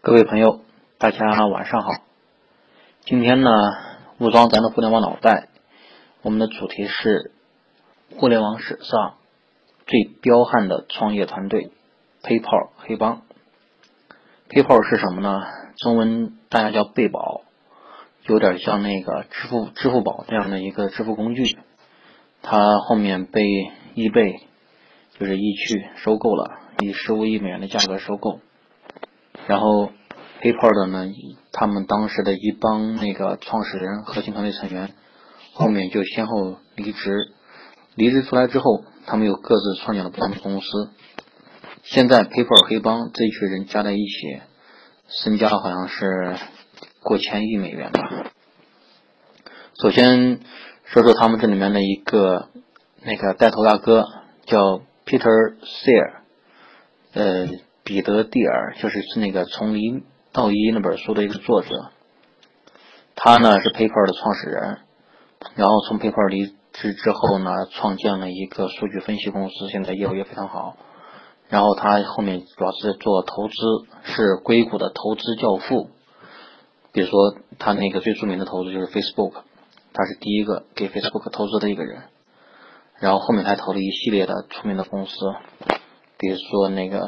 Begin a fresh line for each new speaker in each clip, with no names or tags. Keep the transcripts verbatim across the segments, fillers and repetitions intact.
各位朋友，大家晚上好。今天呢，武装咱的互联网脑袋，我们的主题是互联网史上最彪悍的创业团队 PayPal 黑帮。PayPal 是什么呢？中文大家叫贝宝，有点像那个支付支付宝这样的一个支付工具。它后面被eBay就是易趣收购了，以十五亿美元的价格收购。然后 PayPal 的呢，他们当时的一帮那个创始人、核心团队成员，后面就先后离职。离职出来之后，他们又各自创建了不同的公司。现在 PayPal 黑帮这一群人加在一起，身家好像是过千亿美元吧。首先说说他们这里面的一个那个带头大哥，叫 Peter Thiel， 呃，彼得蒂尔，就是那个从零到一那本书的一个作者。他呢是 PayPal 的创始人，然后从 PayPal 离职之后呢，创建了一个数据分析公司，现在业务也非常好。然后他后面主要是做投资，是硅谷的投资教父。比如说他那个最著名的投资就是 Facebook， 他是第一个给 Facebook 投资的一个人。然后后面还投了一系列的出名的公司，比如说那个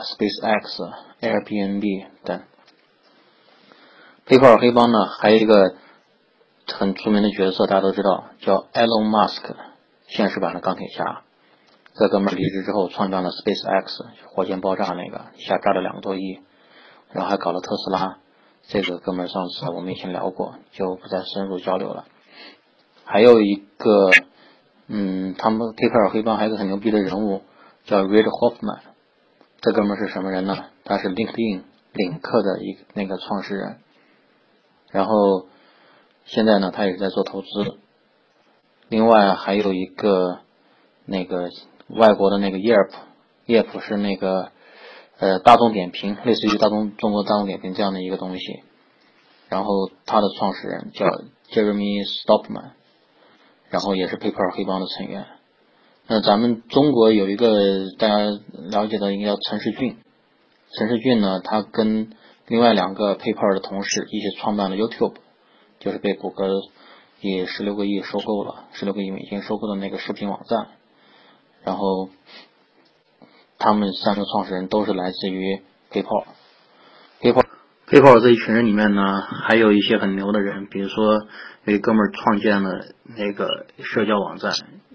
SpaceX、Airbnb 等。PayPal 黑帮呢还有一个很出名的角色，大家都知道，叫 Elon Musk， 现实版的钢铁侠。这哥们儿离职之后创办了 SpaceX， 火箭爆炸那个，一下炸了两个多亿，然后还搞了特斯拉。这个哥们儿上次我们以前聊过，就不再深入交流了。还有一个嗯，他们 PayPal 黑帮还有一个很牛逼的人物叫 Reid Hoffman。这哥们儿是什么人呢？他是 LinkedIn 领克的一个那个创始人。然后现在呢，他也是在做投资。另外还有一个那个外国的那个 Yelp，Yelp 是那个呃大众点评，类似于大众中国大众点评这样的一个东西。然后他的创始人叫 Jeremy Stopman， 然后也是 PayPal 黑帮的成员。那咱们中国有一个大家了解的一个叫陈世俊，陈世俊呢，他跟另外两个 PayPal 的同事一起创办了 YouTube， 就是被谷歌以十六个亿收购了，十六个亿美金收购的那个视频网站。然后他们三个创始人都是来自于 PayPal。 PayPal PayPal 这一群人里面呢，还有一些很牛的人，比如说有一哥们儿创建了那个社交网站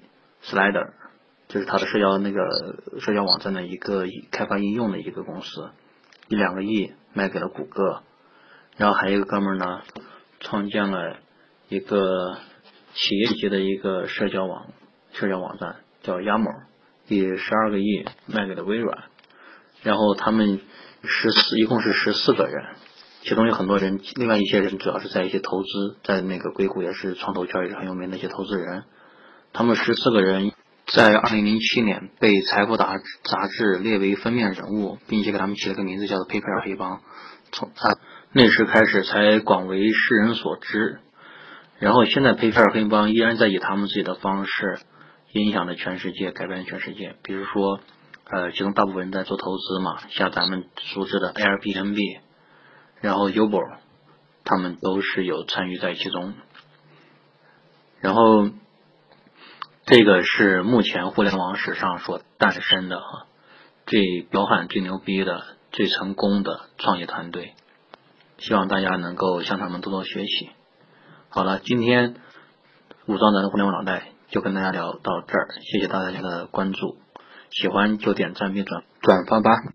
Slider， 就是他的社交那个社交网站的一个开发应用的一个公司，一两个亿卖给了谷歌。然后还有一个哥们儿呢，创建了一个企业级的一个社交网社交网站叫 Yammer， 以十二个亿卖给了微软。然后他们十四一共是十四个人，其中有很多人，另外一些人主要是在一些投资，在那个硅谷也是创投圈也是很有名的一些投资人。他们十四个人在二零零七年被财富杂杂志列为封面人物，并且给他们起了个名字叫做 PayPal 黑帮。从啊那时开始才广为世人所知。然后现在 PayPal 黑帮依然在以他们自己的方式影响着全世界，改变全世界。比如说呃，其中大部分人在做投资嘛，像咱们熟知的 Airbnb， 然后 Uber， 他们都是有参与在其中。然后这个是目前互联网史上所诞生的最彪悍、最牛逼的、最成功的创业团队，希望大家能够向他们多多学习。好了，今天武装咱的互联网脑袋就跟大家聊到这儿，谢谢大家的关注，喜欢就点赞并转转发吧。